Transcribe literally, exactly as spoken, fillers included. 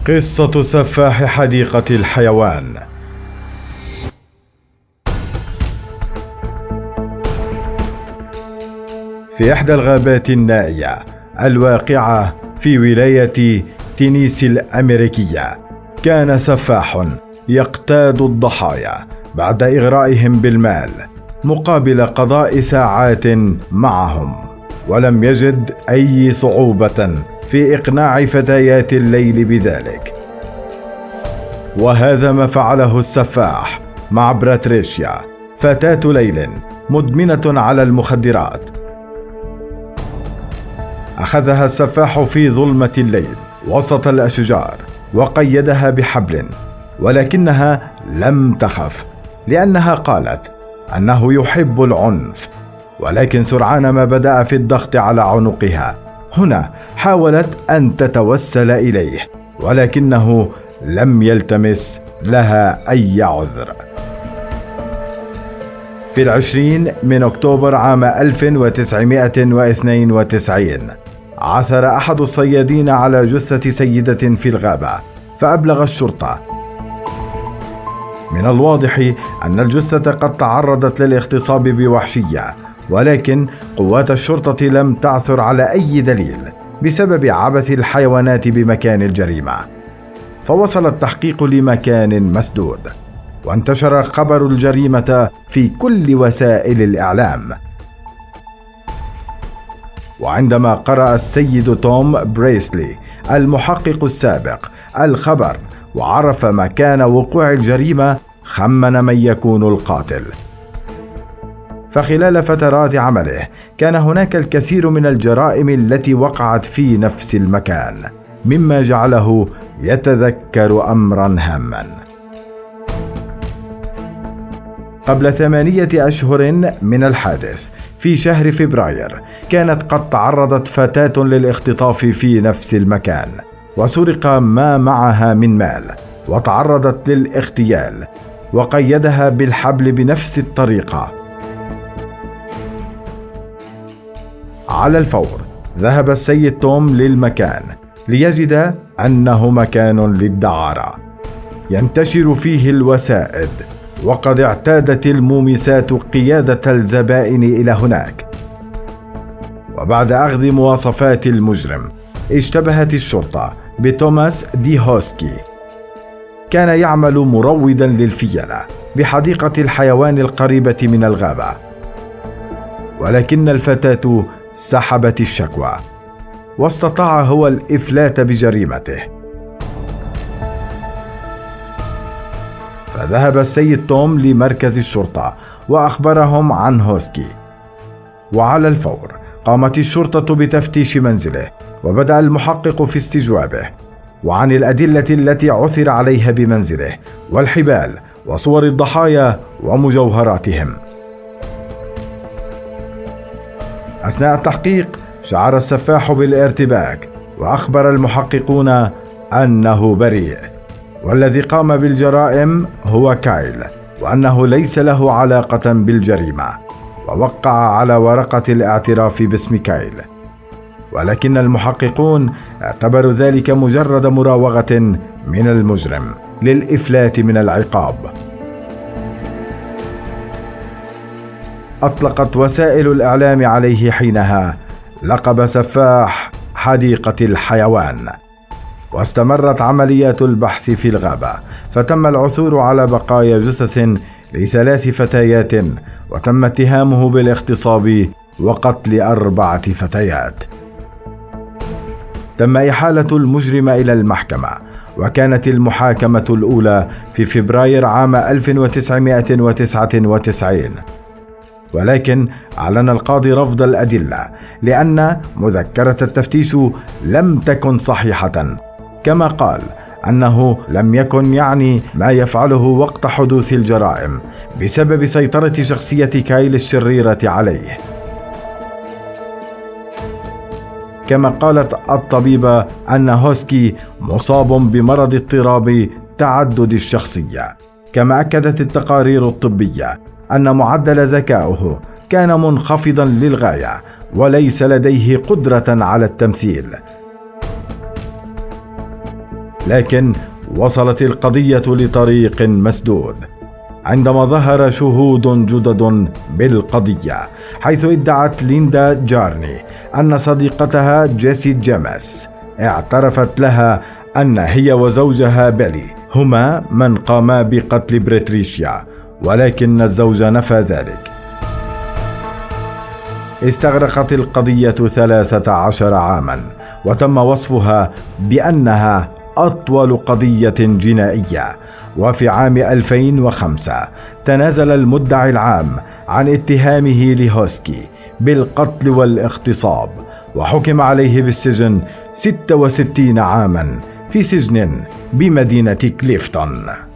قصة سفاح حديقة الحيوان. في إحدى الغابات النائية الواقعة في ولاية تينيسي الأمريكية، كان سفاح يقتاد الضحايا بعد إغرائهم بالمال مقابل قضاء ساعات معهم، ولم يجد أي صعوبة في إقناع فتيات الليل بذلك. وهذا ما فعله السفاح مع باتريشيا، فتاة ليل مدمنة على المخدرات. أخذها السفاح في ظلمة الليل وسط الأشجار وقيدها بحبل، ولكنها لم تخف لأنها قالت أنه يحب العنف. ولكن سرعان ما بدأ في الضغط على عنقها. هنا حاولت أن تتوسل إليه، ولكنه لم يلتمس لها أي عذر. في العشرين من أكتوبر عام ألف وتسعمائة واثنين وتسعين عثر أحد الصيادين على جثة سيدة في الغابة، فأبلغ الشرطة. من الواضح أن الجثة قد تعرضت للاغتصاب بوحشية، ولكن قوات الشرطة لم تعثر على أي دليل بسبب عبث الحيوانات بمكان الجريمة. فوصل التحقيق لمكان مسدود، وانتشر خبر الجريمة في كل وسائل الإعلام. وعندما قرأ السيد توم بريسلي المحقق السابق الخبر وعرف مكان وقوع الجريمة، خمن من يكون القاتل. فخلال فترات عمله كان هناك الكثير من الجرائم التي وقعت في نفس المكان، مما جعله يتذكر أمرا هاما. قبل ثمانية أشهر من الحادث، في شهر فبراير، كانت قد تعرضت فتاة للاختطاف في نفس المكان، وسرق ما معها من مال، وتعرضت للاغتيال وقيدها بالحبل بنفس الطريقة. على الفور ذهب السيد توم للمكان ليجد أنه مكان للدعارة ينتشر فيه الوسائد، وقد اعتادت المومسات قيادة الزبائن إلى هناك. وبعد أخذ مواصفات المجرم، اشتبهت الشرطة بتوماس دي هوسكي. كان يعمل مروضا للفيلة بحديقة الحيوان القريبة من الغابة، ولكن الفتاة سحبت الشكوى، واستطاع هو الإفلات بجريمته. فذهب السيد توم لمركز الشرطة وأخبرهم عن هوسكي، وعلى الفور قامت الشرطة بتفتيش منزله، وبدأ المحقق في استجوابه وعن الأدلة التي عثر عليها بمنزله، والحبال وصور الضحايا ومجوهراتهم. أثناء التحقيق شعر السفاح بالارتباك، وأخبر المحققون أنه بريء، والذي قام بالجرائم هو كايل، وأنه ليس له علاقة بالجريمة، ووقع على ورقة الاعتراف باسم كايل. ولكن المحققون اعتبروا ذلك مجرد مراوغة من المجرم للإفلات من العقاب. أطلقت وسائل الإعلام عليه حينها لقب سفاح حديقة الحيوان. واستمرت عمليات البحث في الغابة، فتم العثور على بقايا جثث لثلاث فتيات، وتم اتهامه بالاغتصاب وقتل أربعة فتيات. تم إحالة المجرم إلى المحكمة، وكانت المحاكمة الأولى في فبراير عام ألف وتسعمائة وتسعة وتسعين، ولكن أعلن القاضي رفض الأدلة لأن مذكرة التفتيش لم تكن صحيحة، كما قال أنه لم يكن يعني ما يفعله وقت حدوث الجرائم بسبب سيطرة شخصية كايل الشريرة عليه. كما قالت الطبيبة أن هوسكي مصاب بمرض اضطراب تعدد الشخصية. كما أكدت التقارير الطبية أن معدل ذكائه كان منخفضا للغاية، وليس لديه قدرة على التمثيل. لكن وصلت القضية لطريق مسدود عندما ظهر شهود جدد بالقضية، حيث ادعت ليندا جارني أن صديقتها جيسي جيمس اعترفت لها أن هي وزوجها بيلي هما من قاما بقتل باتريشيا، ولكن الزوج نفى ذلك. استغرقت القضية ثلاثة عشر عاما، وتم وصفها بأنها أطول قضية جنائية. وفي عام ألفين وخمسة تنازل المدعي العام عن اتهامه لهوسكي بالقتل والاغتصاب، وحكم عليه بالسجن ستة وستين عاما في سجن بمدينة كليفتون.